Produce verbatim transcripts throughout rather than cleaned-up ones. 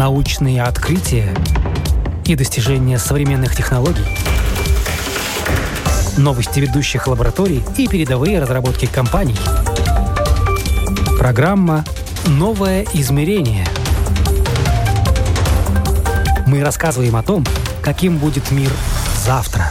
научные открытия и достижения современных технологий, новости ведущих лабораторий и передовые разработки компаний. Программа «Новое измерение». Мы рассказываем о том, каким будет мир завтра.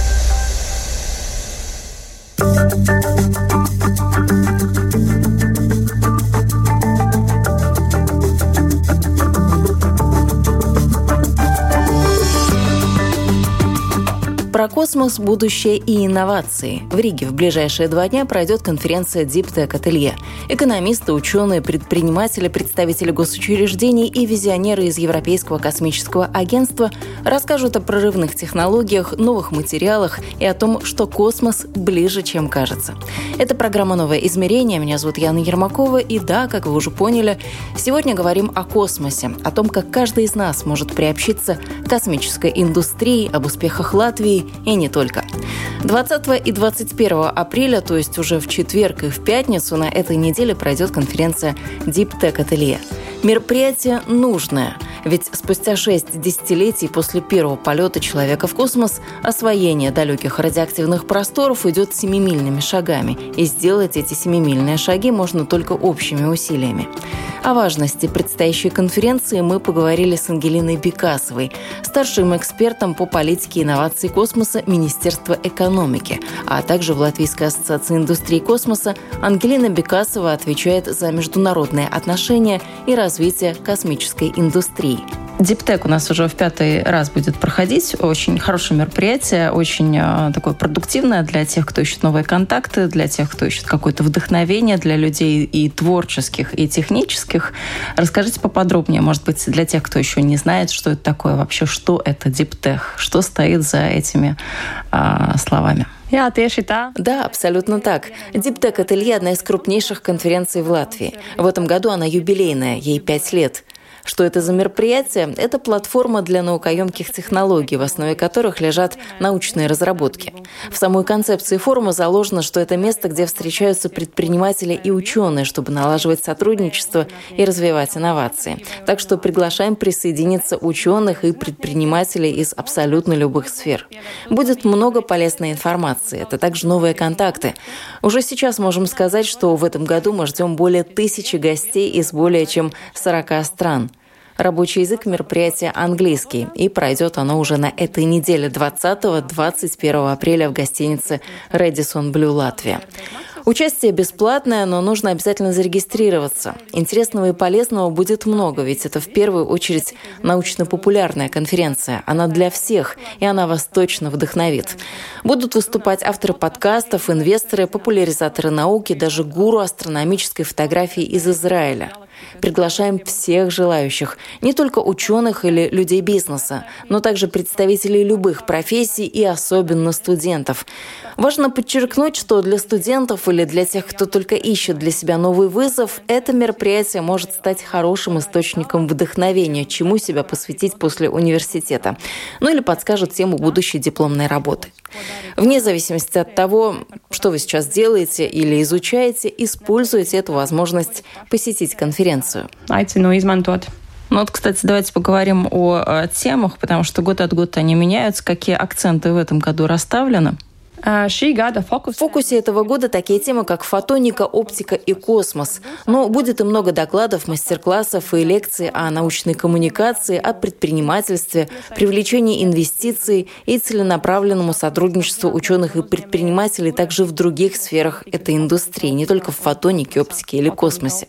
Про космос, будущее и инновации. В Риге в ближайшие два дня пройдет конференция Deep-Tech Atelier. Экономисты, ученые, предприниматели, представители госучреждений и визионеры из Европейского космического агентства расскажут о прорывных технологиях, новых материалах и о том, что космос ближе, чем кажется. Это программа «Новое измерение». Меня зовут Яна Ермакова. И да, как вы уже поняли, сегодня говорим о космосе, о том, как каждый из нас может приобщиться к космической индустрии, об успехах Латвии и не только. двадцатого и двадцать первого апреля, то есть уже в четверг и в пятницу, на этой неделе пройдет конференция Deep-Tech Atelier. Мероприятие нужное, ведь спустя шесть десятилетий после первого полета человека в космос освоение далеких радиоактивных просторов идет семимильными шагами, и сделать эти семимильные шаги можно только общими усилиями. О важности предстоящей конференции мы поговорили с Ангелиной Бекасовой, старшим экспертом по политике и инноваций космоса Министерства экономики, а также в Латвийской ассоциации индустрии космоса. Ангелина Бекасова отвечает за международные отношения и развитие космической индустрии. Deep-Tech у нас уже в пятый раз будет проходить. Очень хорошее мероприятие, очень э, такое продуктивное для тех, кто ищет новые контакты, для тех, кто ищет какое-то вдохновение, для людей и творческих, и технических. Расскажите поподробнее, может быть, для тех, кто еще не знает, что это такое вообще, что это Deep-Tech, что стоит за этими э, словами. Да, абсолютно так. Deep-Tech Atelier – одна из крупнейших конференций в Латвии. В этом году она юбилейная, ей пять лет. Что это за мероприятие? Это платформа для наукоемких технологий, в основе которых лежат научные разработки. В самой концепции форума заложено, что это место, где встречаются предприниматели и ученые, чтобы налаживать сотрудничество и развивать инновации. Так что приглашаем присоединиться ученых и предпринимателей из абсолютно любых сфер. Будет много полезной информации. Это также новые контакты. Уже сейчас можем сказать, что в этом году мы ждем более тысячи гостей из более чем сорока стран. Рабочий язык мероприятия английский, и пройдет оно уже на этой неделе двадцатого — двадцать первого апреля в гостинице «Редисон Блю Латвия». Участие бесплатное, но нужно обязательно зарегистрироваться. Интересного и полезного будет много, ведь это в первую очередь научно-популярная конференция. Она для всех, и она вас точно вдохновит. Будут выступать авторы подкастов, инвесторы, популяризаторы науки, даже гуру астрономической фотографии из Израиля. Приглашаем всех желающих, не только ученых или людей бизнеса, но также представителей любых профессий и особенно студентов. Важно подчеркнуть, что для студентов или для тех, кто только ищет для себя новый вызов, это мероприятие может стать хорошим источником вдохновения, чему себя посвятить после университета, ну или подскажет тему будущей дипломной работы. Вне зависимости от того, что вы сейчас делаете или изучаете, используйте эту возможность посетить конференцию. Ну вот, кстати, давайте поговорим о, о темах, потому что год от года они меняются. Какие акценты в этом году расставлены? В фокусе этого года такие темы, как фотоника, оптика и космос. Но будет и много докладов, мастер-классов и лекций о научной коммуникации, о предпринимательстве, привлечении инвестиций и целенаправленному сотрудничеству ученых и предпринимателей также в других сферах этой индустрии, не только в фотонике, оптике или космосе.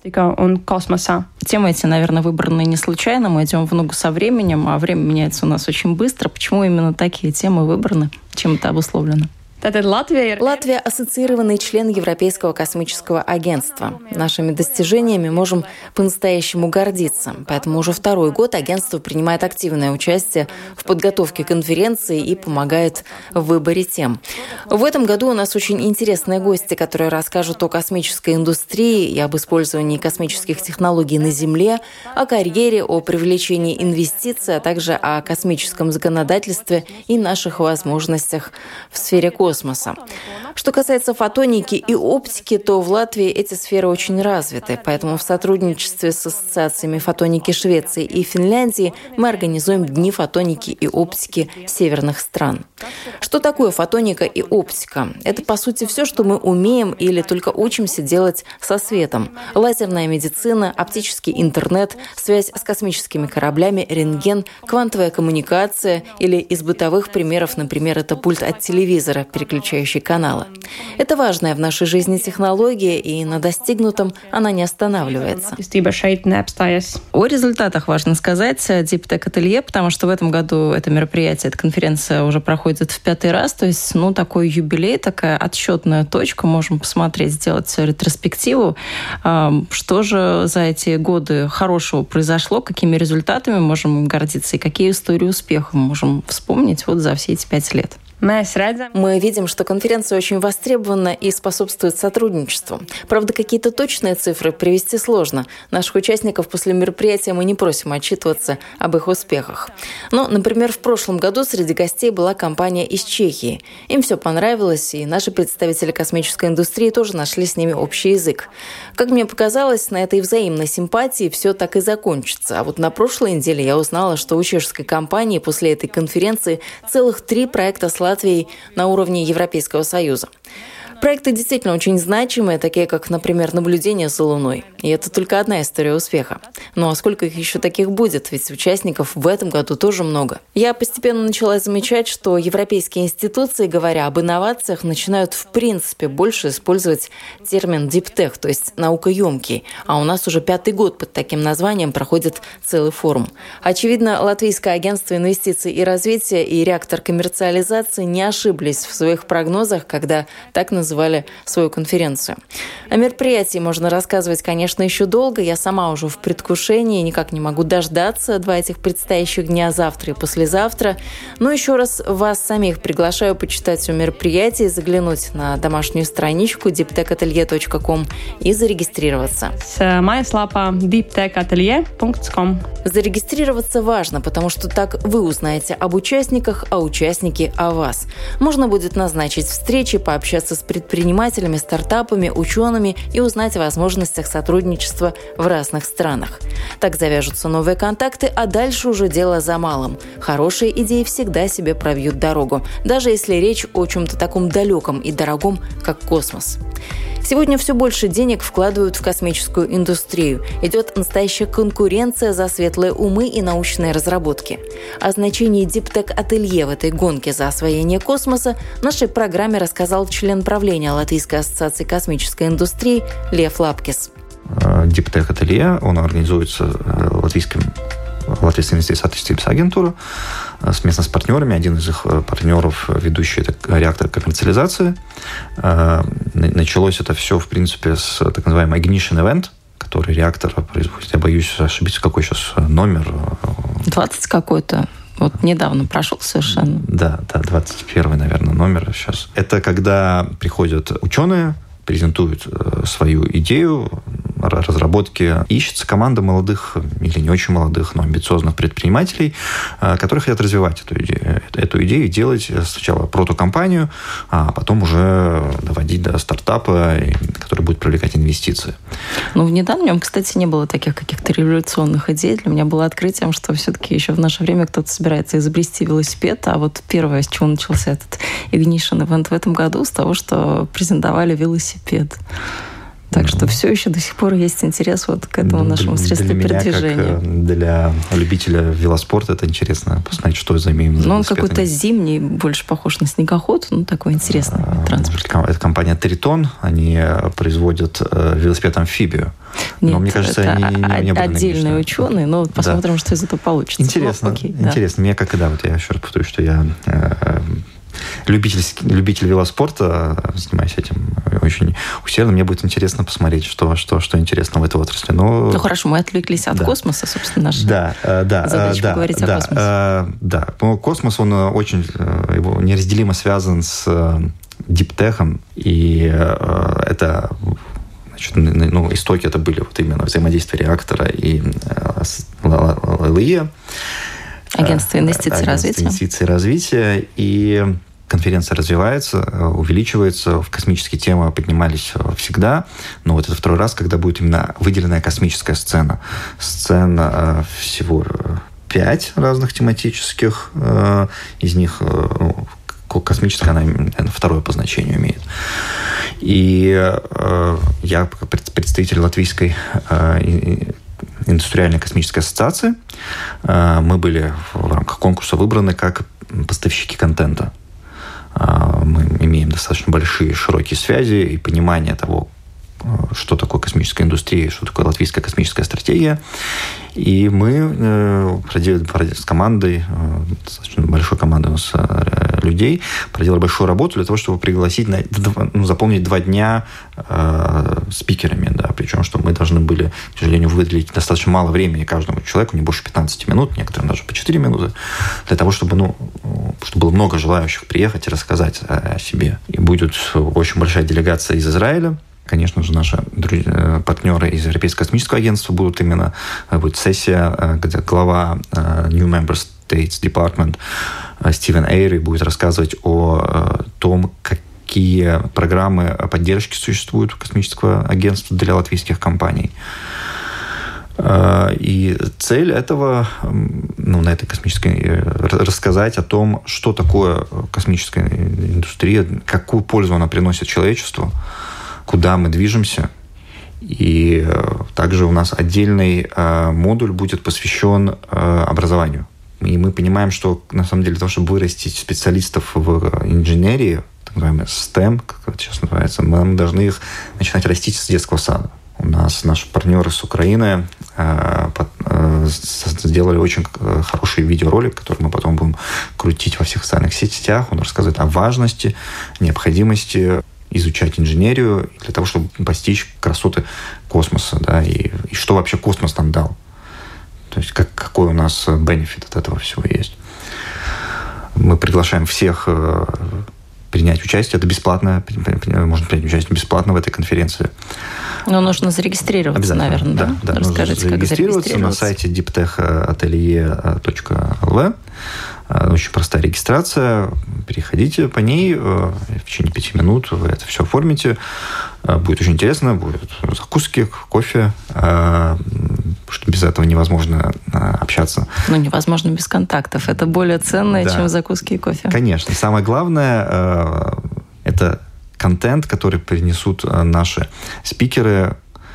Темы эти, наверное, выбраны не случайно. Мы идем в ногу со временем, а время меняется у нас очень быстро. Почему именно такие темы выбраны? Чем это обусловлено? Латвия – ассоциированный член Европейского космического агентства. Нашими достижениями можем по-настоящему гордиться. Поэтому уже второй год агентство принимает активное участие в подготовке конференции и помогает в выборе тем. В этом году у нас очень интересные гости, которые расскажут о космической индустрии и об использовании космических технологий на Земле, о карьере, о привлечении инвестиций, а также о космическом законодательстве и наших возможностях в сфере космоса. космоса. Что касается фотоники и оптики, то в Латвии эти сферы очень развиты, поэтому в сотрудничестве с ассоциациями фотоники Швеции и Финляндии мы организуем дни фотоники и оптики северных стран. Что такое фотоника и оптика? Это, по сути, все, что мы умеем или только учимся делать со светом. Лазерная медицина, оптический интернет, связь с космическими кораблями, рентген, квантовая коммуникация или из бытовых примеров, например, это пульт от телевизора, переключающий каналы. Это важная в нашей жизни технология, и на достигнутом она не останавливается. О результатах важно сказать Deep Tech Atelier, потому что в этом году это мероприятие, эта конференция уже проходит в пятый раз, то есть, ну, такой юбилей, такая отсчетная точка, можем посмотреть, сделать ретроспективу, что же за эти годы хорошего произошло, какими результатами можем гордиться и какие истории успеха можем вспомнить вот за все эти пять лет. Мы видим, что конференция очень востребована и способствует сотрудничеству. Правда, какие-то точные цифры привести сложно. Наших участников после мероприятия мы не просим отчитываться об их успехах. Но, например, в прошлом году среди гостей была компания из Чехии. Им все понравилось, и наши представители космической индустрии тоже нашли с ними общий язык. Как мне показалось, на этой взаимной симпатии все так и закончится. А вот на прошлой неделе я узнала, что у чешской компании после этой конференции целых три проекта с Латвией на уровне Европейского Союза. Проекты действительно очень значимые, такие как, например, наблюдение за Луной. И это только одна история успеха. Ну а сколько их еще таких будет? Ведь участников в этом году тоже много. Я постепенно начала замечать, что европейские институции, говоря об инновациях, начинают в принципе больше использовать термин Deep Tech, то есть наукоемкий. А у нас уже пятый год под таким названием проходит целый форум. Очевидно, Латвийское агентство инвестиций и развития и реактор коммерциализации не ошиблись в своих прогнозах, когда так называли звали свою конференцию. О мероприятии можно рассказывать, конечно, еще долго. Я сама уже в предвкушении, никак не могу дождаться два этих предстоящих дня завтра и послезавтра. Но еще раз вас самих приглашаю почитать о мероприятии, заглянуть на домашнюю страничку дип тек ателье точка ком и зарегистрироваться. С mājaslapā дип тек ателье точка ком. Зарегистрироваться важно, потому что так вы узнаете об участниках, а участники о вас. Можно будет назначить встречи, пообщаться с предпринимателями, предпринимателями, стартапами, учеными и узнать о возможностях сотрудничества в разных странах. Так завяжутся новые контакты, а дальше уже дело за малым. Хорошие идеи всегда себе пробьют дорогу, даже если речь о чем-то таком далеком и дорогом, как космос. Сегодня все больше денег вкладывают в космическую индустрию. Идет настоящая конкуренция за светлые умы и научные разработки. О значении Deep Tech Atelier в этой гонке за освоение космоса в нашей программе рассказал член правления Латвийской ассоциации космической индустрии Лев Лапкис. Deep Tech Atelier, он организуется латвийским Латвийской инвестиционной attīstības агентура совместно с партнерами. Один из их партнеров, ведущий, это реактор коммерциализации. Началось это все, в принципе, с так называемого Ignition Event, который реактор производит. Я боюсь ошибиться, какой сейчас номер. двадцать какой-то. Вот недавно прошел совершенно. Да, да, двадцать первый, наверное, номер сейчас. Это когда приходят ученые, презентуют свою идею разработки. Ищется команда молодых или не очень молодых, но амбициозных предпринимателей, которые хотят развивать эту идею, эту идею и делать сначала протокомпанию, а потом уже доводить до стартапа, который будет привлекать инвестиции. Ну, в недавнем, кстати, не было таких каких-то революционных идей. Для меня было открытием, что все-таки еще в наше время кто-то собирается изобрести велосипед, а вот первое, с чего начался этот Ignition Event в этом году, с того, что презентовали велосипед. Так что все еще до сих пор есть интерес вот к этому нашему средству передвижения. Для любителя велоспорта это интересно посмотреть, что за имеем. Ну, он какой-то зимний, больше похож на снегоход, ну, такой интересный транспорт. Это компания Тритон, они производят велосипед-амфибию. Нет, но, мне кажется, это они не, не были отдельные ученые, но вот посмотрим, да. Что из этого получится. Интересно, ну, окей, интересно. Да. Мне как и да, вот я еще раз повторю, что я любитель, любитель велоспорта, занимаюсь этим очень усердно. Мне будет интересно посмотреть, что, что, что интересно в этой отрасли. Но... Ну хорошо, мы отвлеклись от да. космоса, собственно, наша да, да, задача да, поговорить да, о космосе. Да, да. Космос, он очень его неразделимо связан с диптехом, и это... Значит, ну, истоки это были вот именно взаимодействие реактора и эл и и. Агентство инвестиций и развития. инвестиций и развития. И конференция развивается, увеличивается, в космические темы поднимались всегда, но вот это второй раз, когда будет именно выделенная космическая сцена. Сцена всего пять разных тематических, из них ну, космическая, она второе по значению имеет. И я, как представитель латвийской индустриальной космической ассоциации, мы были в рамках конкурса выбраны как поставщики контента. Мы имеем достаточно большие, широкие связи и понимание того, что такое космическая индустрия, что такое латвийская космическая стратегия. И мы проделали с командой, достаточно большой командой у нас людей, проделали большую работу для того, чтобы пригласить, ну, заполнить два дня э, спикерами. Да, причем, что мы должны были, к сожалению, выделить достаточно мало времени каждому человеку, не больше пятнадцати минут, некоторым даже по четыре минуты, для того, чтобы, ну, чтобы было много желающих приехать и рассказать о себе. И будет очень большая делегация из Израиля. Конечно же, наши друзья, партнеры из Европейского космического агентства будут именно, будет сессия, где глава New Member States Department Стивен Эйри будет рассказывать о том, какие программы поддержки существуют у космического агентства для латвийских компаний. И цель этого, ну, на этой космической, рассказать о том, что такое космическая индустрия, какую пользу она приносит человечеству, куда мы движемся. И также у нас отдельный модуль будет посвящен образованию. И мы понимаем, что, на самом деле, для того, чтобы вырастить специалистов в инженерии, так называемый стэм, как это сейчас называется, мы должны их начинать растить с детского сада. У нас наши партнеры с Украины сделали очень хороший видеоролик, который мы потом будем крутить во всех социальных сетях. Он рассказывает о важности, необходимости изучать инженерию для того, чтобы постичь красоты космоса, да, и, и что вообще космос нам дал. То есть как, какой у нас бенефит от этого всего есть. Мы приглашаем всех э, принять участие. Это бесплатно. Можно принять участие бесплатно в этой конференции. Но нужно зарегистрироваться, наверное, да? Да, да. Расскажите, как зарегистрироваться на сайте дипtech atelier точка эл ви. Очень простая регистрация. Переходите по ней. В течение пяти минут вы это все оформите. Будет очень интересно. Будут закуски, кофе. Потому что без этого невозможно общаться. Ну, невозможно без контактов. Это более ценно, да, чем закуски и кофе. Конечно. Самое главное – это контент, который принесут наши спикеры.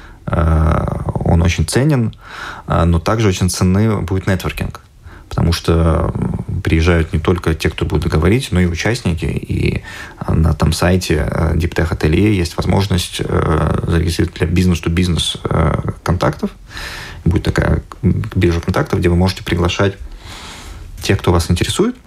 Он очень ценен, но также очень ценный будет нетворкинг. Потому что приезжают не только те, кто будет говорить, но и участники. И на том сайте DeepTech Atelier есть возможность зарегистрировать для бизнес-то-бизнес контактов. Будет такая биржа контактов, где вы можете приглашать тех, кто вас интересует,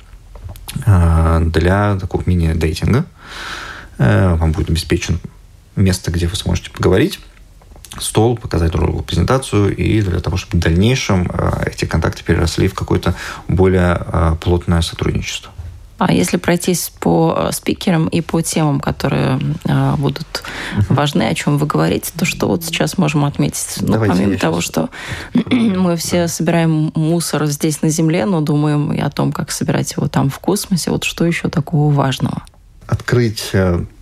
для такого мини-дейтинга. Вам будет обеспечен место, где вы сможете поговорить, стол, показать друг другу презентацию, и для того, чтобы в дальнейшем эти контакты переросли в какое-то более плотное сотрудничество. А если пройтись по спикерам и по темам, которые э, будут uh-huh. важны, о чем вы говорите, то что вот сейчас можем отметить? Ну, помимо того, сейчас... что мы все собираем мусор здесь на Земле, но думаем и о том, как собирать его там в космосе, вот что еще такого важного? Открыть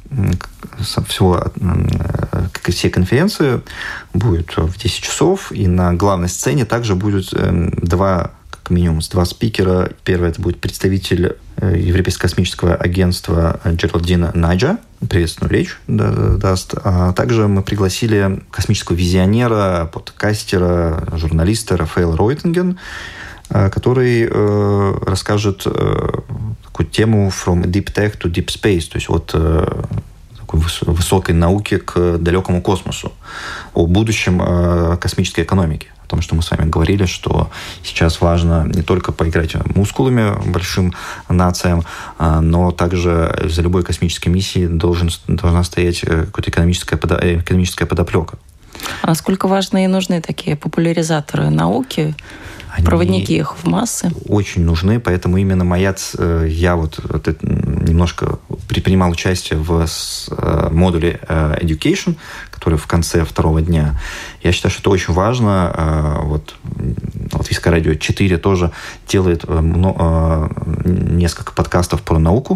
всего, как и все конференции, будет в десять часов, и на главной сцене также будет два, как минимум, два спикера. Первый это будет представитель Европейского космического агентства Джеральдина Найджа, приветственную речь даст. А также мы пригласили космического визионера, подкастера, журналиста Рафаэла Ройтинген, который э, расскажет э, такую тему «From Deep Tech to Deep Space», то есть от э, такой выс- высокой науки к далекому космосу, о будущем э, космической экономики. О том, что мы с вами говорили, что сейчас важно не только поиграть мускулами большим нациям, э, но также за любой космической миссией должен, должна стоять какая-то экономическая, подо- экономическая подоплека. А насколько важны и нужны такие популяризаторы науки, Они проводники их в массы? Очень нужны, поэтому именно моя... Я вот, вот немножко принимал участие в модуле Education, который в конце второго дня. Я считаю, что это очень важно. Вот Латвийское радио четыре тоже делает несколько подкастов про науку,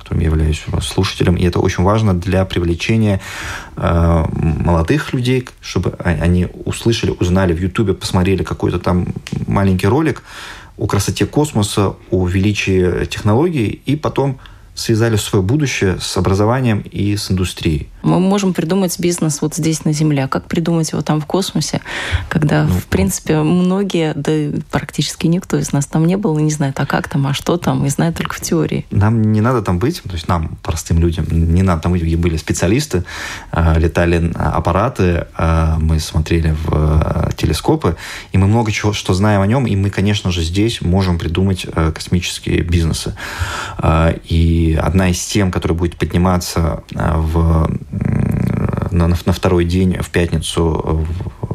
которым я являюсь слушателем, и это очень важно для привлечения э, молодых людей, чтобы они услышали, узнали в Ютубе, посмотрели какой-то там маленький ролик о красоте космоса, о величии технологий, и потом связали свое будущее с образованием и с индустрией. Мы можем придумать бизнес вот здесь на Земле. А как придумать его там в космосе, когда, ну, в принципе, многие, да практически никто из нас там не был и не знает, а как там, а что там, и знает только в теории. Нам не надо там быть, то есть нам, простым людям, не надо там быть, где были специалисты, летали аппараты, мы смотрели в телескопы, и мы много чего, что знаем о нем, и мы, конечно же, здесь можем придумать космические бизнесы. И одна из тем, которая будет подниматься в, на, на второй день, в пятницу,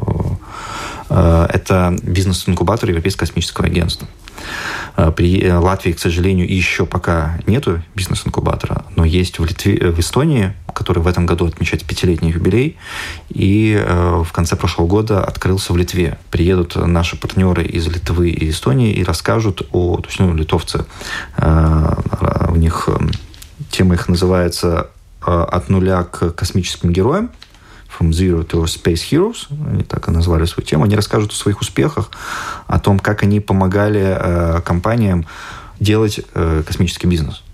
это бизнес-инкубатор Европейского космического агентства. При Латвии, к сожалению, еще пока нету бизнес-инкубатора, но есть в Литве, в Эстонии, который в этом году отмечает пятилетний юбилей, и в конце прошлого года открылся в Литве. Приедут наши партнеры из Литвы и Эстонии и расскажут о, то есть, ну, литовцы, у них тема их называется «От нуля к космическим героям», From Zero to Space Heroes, они так и назвали свою тему. Они расскажут о своих успехах, о том, как они помогали э, компаниям делать э, космический бизнес.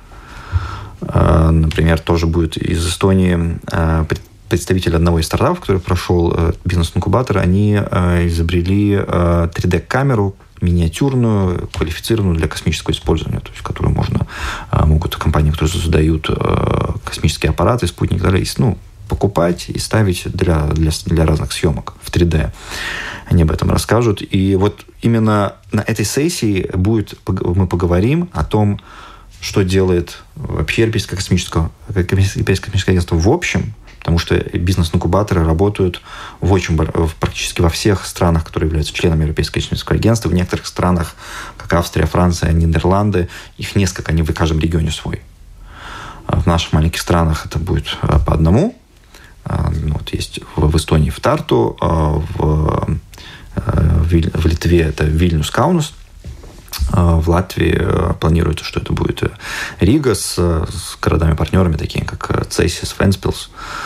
Э, например, тоже будет из Эстонии э, представитель одного из стартапов, который прошел э, бизнес-инкубатор. Они э, изобрели э, три дэ-камеру, миниатюрную, квалифицированную для космического использования, то есть которую можно, э, могут компании, которые создают э, космические аппараты, спутники и так далее, ну, покупать и ставить для, для, для разных съемок в три дэ. Они об этом расскажут. И вот именно на этой сессии будет, мы поговорим о том, что делает вообще Европейское космическое, Европейское космическое агентство в общем, потому что бизнес-инкубаторы работают в очень, практически во всех странах, которые являются членами Европейского космического агентства. В некоторых странах, как Австрия, Франция, Нидерланды, их несколько, они в каждом регионе свой. В наших маленьких странах это будет по одному. Вот есть в Эстонии в Тарту, в, в Литве это Вильнюс, Каунас, в Латвии планируется, что это будет Рига с, с городами-партнерами, такими как Цейсис, Вентспилс.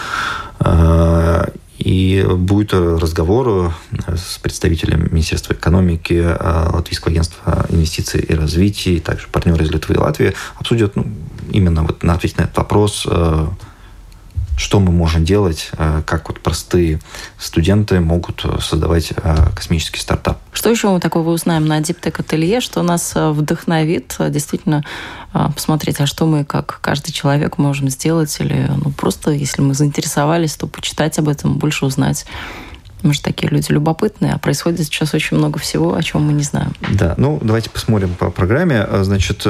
И будет разговор с представителем Министерства экономики, Латвийского агентства инвестиций и развития, и также партнеры из Литвы и Латвии обсудят, ну, именно вот на ответить на этот вопрос, что мы можем делать, как вот простые студенты могут создавать космический стартап. Что еще мы такого узнаем на DeepTech Ателье, что нас вдохновит действительно посмотреть, а что мы, как каждый человек, можем сделать, или ну, просто, если мы заинтересовались, то почитать об этом, больше узнать. Мы же такие люди любопытные, а происходит сейчас очень много всего, о чем мы не знаем. Да, ну давайте посмотрим по программе. Значит,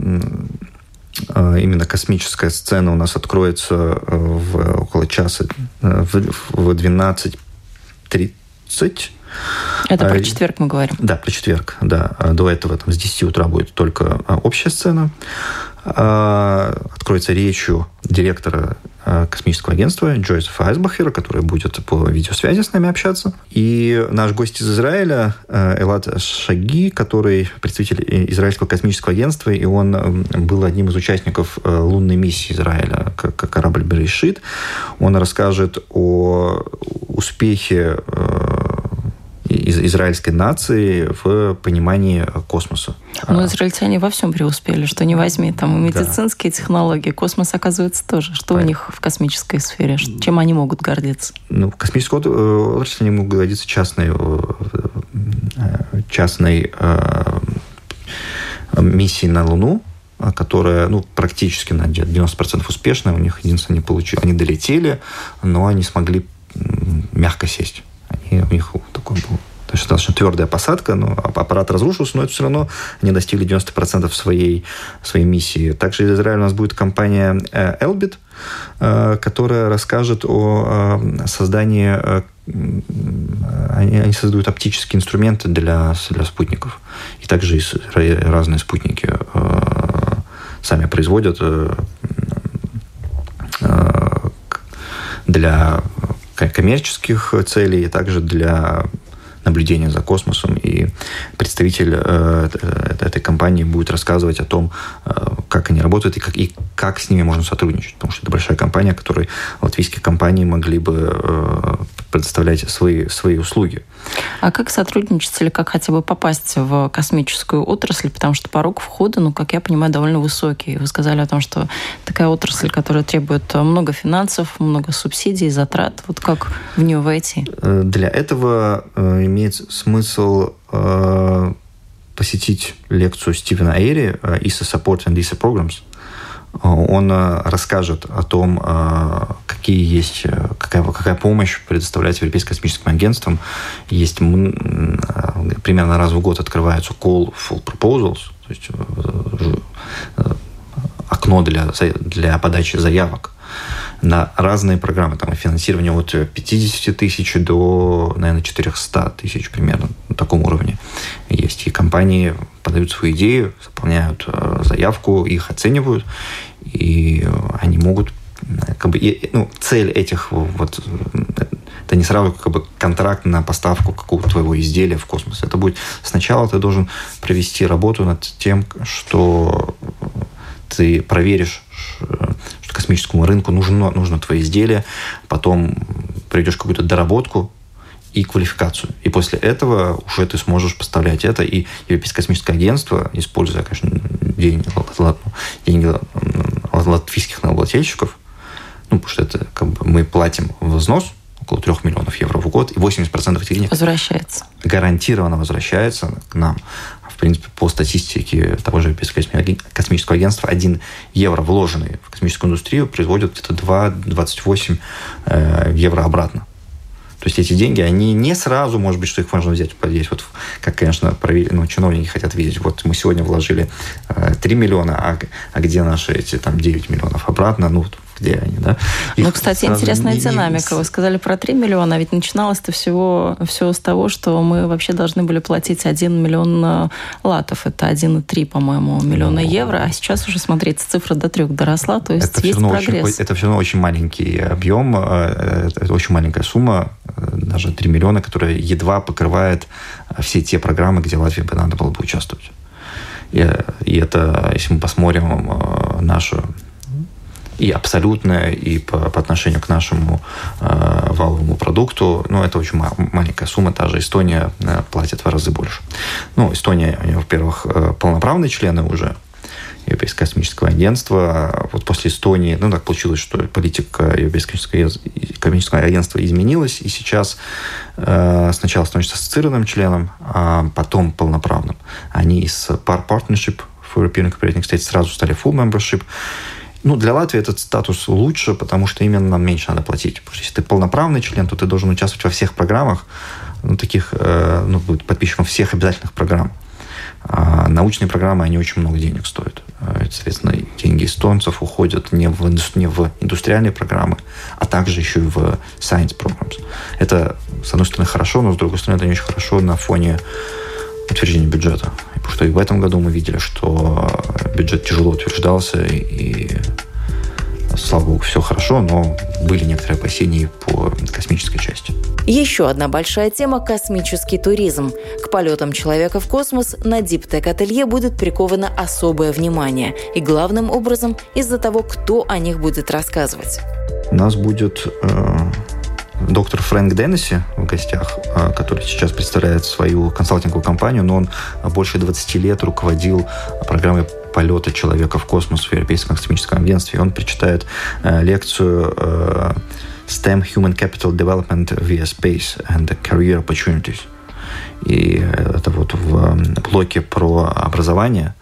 именно космическая сцена у нас откроется в около часа, в двенадцать тридцать. Это про четверг мы говорим. Да, про четверг, да. До этого там, с десяти утра будет только общая сцена. Откроется речью директора космического агентства Джозефа Айсбахера, который будет по видеосвязи с нами общаться. И наш гость из Израиля Элад Шаги, который представитель Израильского космического агентства, и он был одним из участников лунной миссии Израиля, как корабль Берешит. Он расскажет о успехе израильской нации в понимании космоса. Но израильтяне во всем преуспели, что не возьми. Там и медицинские да. технологии, космос, оказывается, тоже. Что Правильно. У них в космической сфере? Чем они могут гордиться? Ну, в космической отрасли они могут гордиться частной, частной миссией на Луну, которая ну, практически на девяносто процентов успешная. У них единственное не получилось. Они долетели, но они смогли мягко сесть. Они, у них такой был достаточно твердая посадка, но аппарат разрушился, но это все равно они достигли девяносто процентов своей, своей миссии. Также из Израиля у нас будет компания Elbit, которая расскажет о создании... Они, они создают оптические инструменты для, для спутников. И также разные спутники сами производят для коммерческих целей, и также для наблюдения за космосом. И представитель э, этой компании будет рассказывать о том, э, как они работают и, как, и как с ними можно сотрудничать, потому что это большая компания, которой латвийские компании могли бы предоставлять свои, свои услуги. А как сотрудничать или как хотя бы попасть в космическую отрасль? Потому что порог входа, ну, как я понимаю, довольно высокий. Вы сказали о том, что такая отрасль, которая требует много финансов, много субсидий, затрат. Вот как в нее войти? Для этого имеет смысл посетить лекцию Стивена Эйри «ай эс эй Support and ай эс эй Programs». Он расскажет о том, какие есть, какая, какая помощь предоставляется Европейским космическим агентством. Есть примерно раз в год открывается Call for Proposals, то есть окно для, для подачи заявок на разные программы. Там финансирование от пятьдесят тысяч до, наверное, четыреста тысяч примерно на таком уровне есть. И компании подают свою идею, заполняют заявку, их оценивают, и они могут как бы, ну, цель этих вот это не сразу как бы контракт на поставку какого-то твоего изделия в космос. Это будет сначала ты должен провести работу над тем, что ты проверишь, что космическому рынку нужно, нужно твои изделия, потом проведешь какую-то доработку и квалификацию. И после этого уже ты сможешь поставлять это. И Европейское космическое агентство, используя, конечно, деньги, деньги латвийских налогоплательщиков, ну, потому что это как бы мы платим взнос около трех миллионов евро в год, и восемьдесят процентов этих денег возвращается. Гарантированно возвращается к нам. В принципе, по статистике того же Европейского космического агентства, один евро, вложенный в космическую индустрию, производит где-то два целых двадцать восемь евро обратно. То есть эти деньги, они не сразу, может быть, что их можно взять. Здесь вот, как, конечно, ну, чиновники хотят видеть, вот мы сегодня вложили три миллиона, а, а где наши эти там девять миллионов обратно, ну, где они, да? Их ну, кстати, интересная не, динамика. Не... Вы сказали про три миллиона, а ведь начиналось-то всего, все с того, что мы вообще должны были платить один миллион латов. Это один целых три, по-моему, миллиона ну, евро. А сейчас уже, смотрите, цифра до трех доросла, то есть это есть прогресс. Очень, это все равно очень маленький объем, это очень маленькая сумма, даже три миллиона, которая едва покрывает все те программы, где Латвии бы надо было бы участвовать. И, и это, если мы посмотрим нашу и абсолютное, и по, по отношению к нашему э, валовому продукту, ну, это очень ма- маленькая сумма. Та же Эстония э, платит в разы больше. Ну, Эстония, во-первых, э, полноправные члены уже Европейского космического агентства. Вот после Эстонии, ну, так получилось, что политика Европейского космического агентства изменилась, и сейчас э, сначала становится ассоциированным членом, а потом полноправным. Они из Par Partnership for European Cooperating States сразу стали Full Membership. Ну, для Латвии этот статус лучше, потому что именно нам меньше надо платить. Потому что если ты полноправный член, то ты должен участвовать во всех программах, ну, таких, э, ну, быть подписчиком всех обязательных программ. А научные программы, они очень много денег стоят. Соответственно, деньги эстонцев уходят не в, не в индустриальные программы, а также еще и в science programs. Это, с одной стороны, хорошо, но с другой стороны, это не очень хорошо на фоне утверждения бюджета. Потому что и в этом году мы видели, что бюджет тяжело утверждался, и, слава богу, все хорошо, но были некоторые опасения по космической части. Еще одна большая тема – космический туризм. К полетам человека в космос на DeepTech-ателье будет приковано особое внимание. И главным образом из-за того, кто о них будет рассказывать. У нас будет э, доктор Фрэнк Деннеси в гостях, э, который сейчас представляет свою консалтинговую компанию, но он больше двадцати лет руководил программой полета человека в космос в Европейском космическом агентстве. И он прочитает э, лекцию э, стэм Human Capital Development via Space and Career Opportunities. И это вот в блоке про образование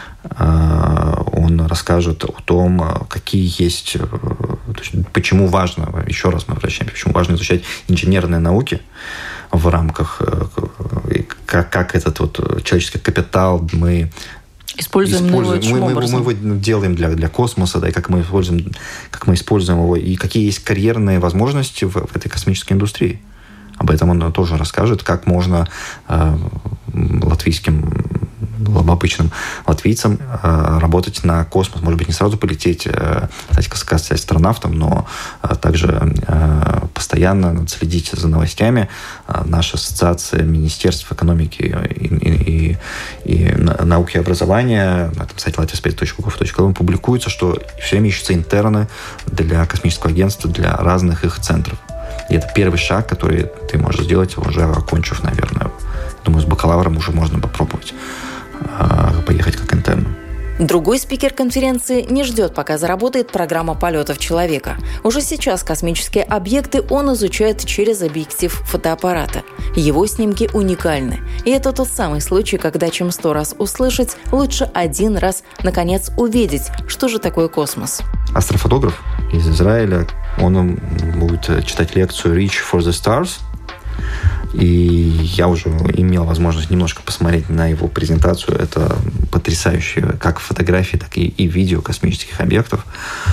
он расскажет о том, какие есть, почему важно, еще раз мы возвращаемся, почему важно изучать инженерные науки в рамках, как, как этот вот человеческий капитал мы Используем, используем мы, мы, мы, мы его делаем для, для космоса, да, и как мы используем, как мы используем его, и какие есть карьерные возможности в, в этой космической индустрии. Об этом он тоже расскажет, как можно э, латвийским, обычным латвийцам э, работать на космос. Может быть, не сразу полететь, э, стать астронавтом, но э, также э, постоянно постоянно надо следить за новостями. Наша ассоциация Министерства экономики и, и, и, и науки и образования на сайте латвия точка гов точка эл публикуется, что все время ищутся интерны для космического агентства, для разных их центров. И это первый шаг, который ты можешь сделать, уже окончив, наверное. Думаю, с бакалавром уже можно попробовать поехать как интерн. Другой спикер конференции не ждет, пока заработает программа полетов человека. Уже сейчас космические объекты он изучает через объектив фотоаппарата. Его снимки уникальны. И это тот самый случай, когда чем сто раз услышать, лучше один раз, наконец, увидеть, что же такое космос. Астрофотограф из Израиля, он будет читать лекцию «Reach for the Stars». И я уже имел возможность немножко посмотреть на его презентацию. Это потрясающие как фотографии, так и, и видео космических объектов.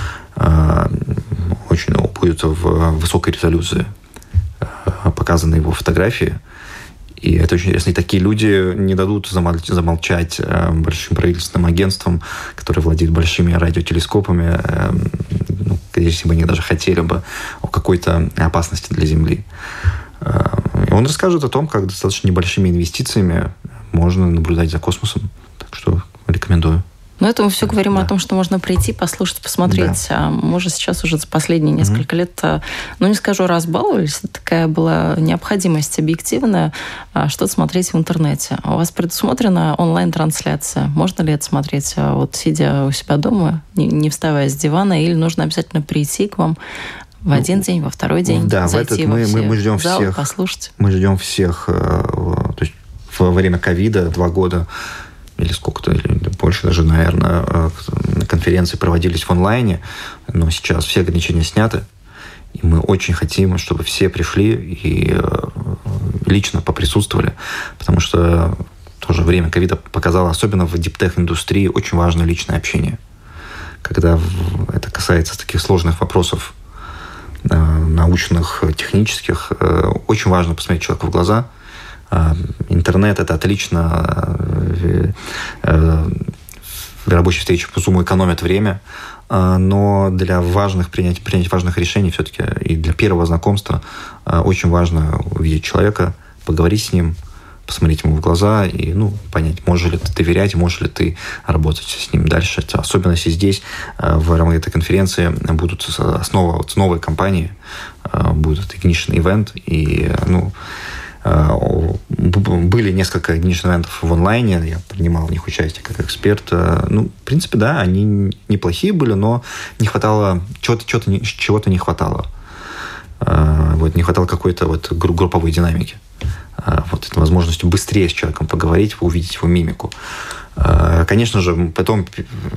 Очень будет в высокой резолюции показаны его фотографии. И это очень интересно. И такие люди не дадут замолчать большим правительственным агентствам, которые владеют большими радиотелескопами, ну, если бы они даже хотели бы о какой-то опасности для Земли. И он расскажет о том, как достаточно небольшими инвестициями можно наблюдать за космосом. Так что рекомендую. Но это мы все говорим да. о том, что можно прийти, послушать, посмотреть. Да. А мы же сейчас уже за последние несколько mm-hmm. лет, ну, не скажу, разбаловались. Такая была необходимость объективная что-то смотреть в интернете. У вас предусмотрена онлайн-трансляция. Можно ли это смотреть, вот сидя у себя дома, не вставая с дивана, или нужно обязательно прийти к вам в один день, во второй день, да, зайти в этот во мы, все мы, мы ждем залы, всех, послушать? Мы ждем всех. То есть во время ковида два года или сколько-то, или больше даже, наверное, конференции проводились в онлайне, но сейчас все ограничения сняты, и мы очень хотим, чтобы все пришли и лично поприсутствовали, потому что тоже время ковида показало, особенно в диптех-индустрии, очень важно личное общение. Когда это касается таких сложных вопросов, научных, технических, очень важно посмотреть человеку в глаза. Интернет – это отлично. Рабочие встречи по Zoom экономят время, но для важных, принять, принять важных решений все-таки и для первого знакомства очень важно увидеть человека, поговорить с ним, посмотреть ему в глаза и ну, понять, можешь ли ты доверять, можешь ли ты работать с ним дальше. Особенно если здесь, в рамках этой конференции, будут основа вот, новой компании, будет Ignition Event, и ну, были несколько Ignition Event'ов в онлайне, я принимал в них участие как эксперт. Ну, в принципе, да, они неплохие были, но не хватало, чего-то, чего-то, чего-то не хватало. Вот, не хватало какой-то вот групповой динамики. Вот этой возможностью быстрее с человеком поговорить, увидеть его мимику. Конечно же, потом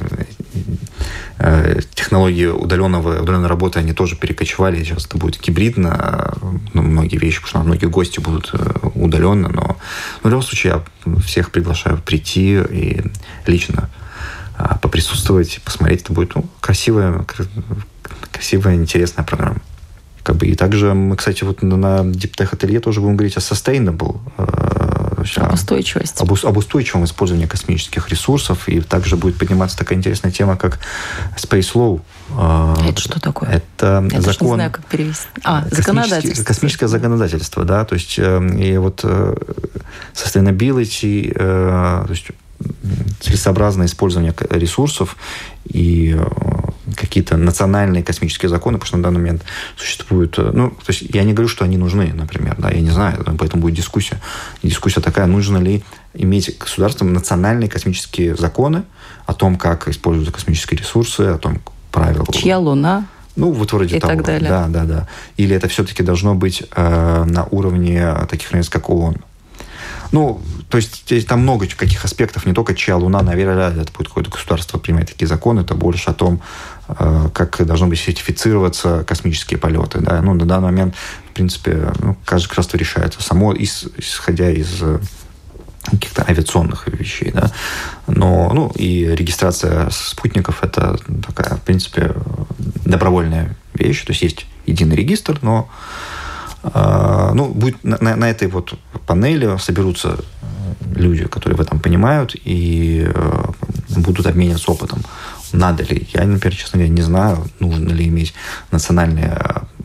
технологии удаленного, удаленной работы, они тоже перекочевали. Сейчас это будет гибридно. Ну, многие вещи, потому что многие гости будут удаленно. Но в любом случае я всех приглашаю прийти и лично поприсутствовать, посмотреть. Это будет ну, красивая, красивая, интересная программа. Как бы, и также мы, кстати, вот на Deep Ателье тоже будем говорить о sustainable, об устойчивости. Об, об устойчивом использовании космических ресурсов. И также будет подниматься такая интересная тема, как Space Law. Это что такое? Это Я закон... не знаю, как перевести. А, законодательство. Космическое законодательство, да. То есть, и вот sustainability, то есть целесообразное использование ресурсов и какие-то национальные космические законы, потому что на данный момент существуют... Ну, то есть я не говорю, что они нужны, например, да, я не знаю, поэтому будет дискуссия. И дискуссия такая, нужно ли иметь государством национальные космические законы о том, как используются космические ресурсы, о том, правила... Чья Луна? Ну, вот вроде и того. Так далее. Да, да, да. Или это все-таки должно быть э, на уровне таких организаций, как ООН. Ну, то есть там много каких аспектов, не только чья Луна, наверное, это будет какое-то государство принимать такие законы, это больше о том, как должны быть сертифицироваться космические полеты. Да? Ну, на данный момент, в принципе, ну, каждое государство решается само, исходя из каких-то авиационных вещей. Да? Но, ну, и регистрация спутников – это такая, в принципе, добровольная вещь. То есть есть единый регистр, но ну, будет на, на этой вот панели соберутся люди, которые в этом понимают, и э, будут обмениваться опытом. Надо ли? Я, например, честно говоря, не знаю, нужно ли иметь национальные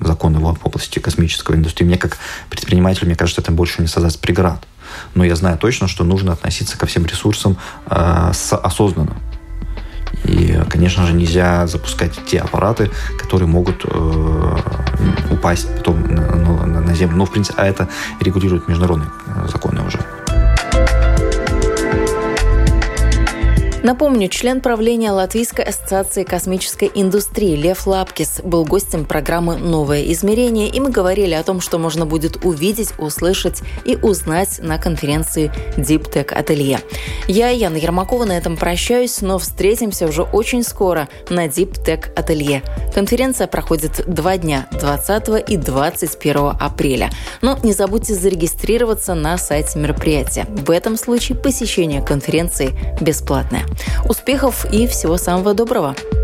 законы в области космической индустрии. Мне как предпринимателю, мне кажется, это больше не создаст преград. Но я знаю точно, что нужно относиться ко всем ресурсам э, с, осознанно. И, конечно же, нельзя запускать те аппараты, которые могут э, упасть потом на, на, на землю. Ну, в принципе, а это регулируют международные законы уже. Напомню, член правления Латвийской ассоциации космической индустрии Лев Лапкис был гостем программы «Новое измерение», и мы говорили о том, что можно будет увидеть, услышать и узнать на конференции Deep Tech Atelier. Я, Яна Ермакова, на этом прощаюсь, но встретимся уже очень скоро на Deep Tech Atelier. Конференция проходит два дня, двадцатого и двадцать первого апреля. Но не забудьте зарегистрироваться на сайте мероприятия. В этом случае посещение конференции бесплатное. Успехов и всего самого доброго!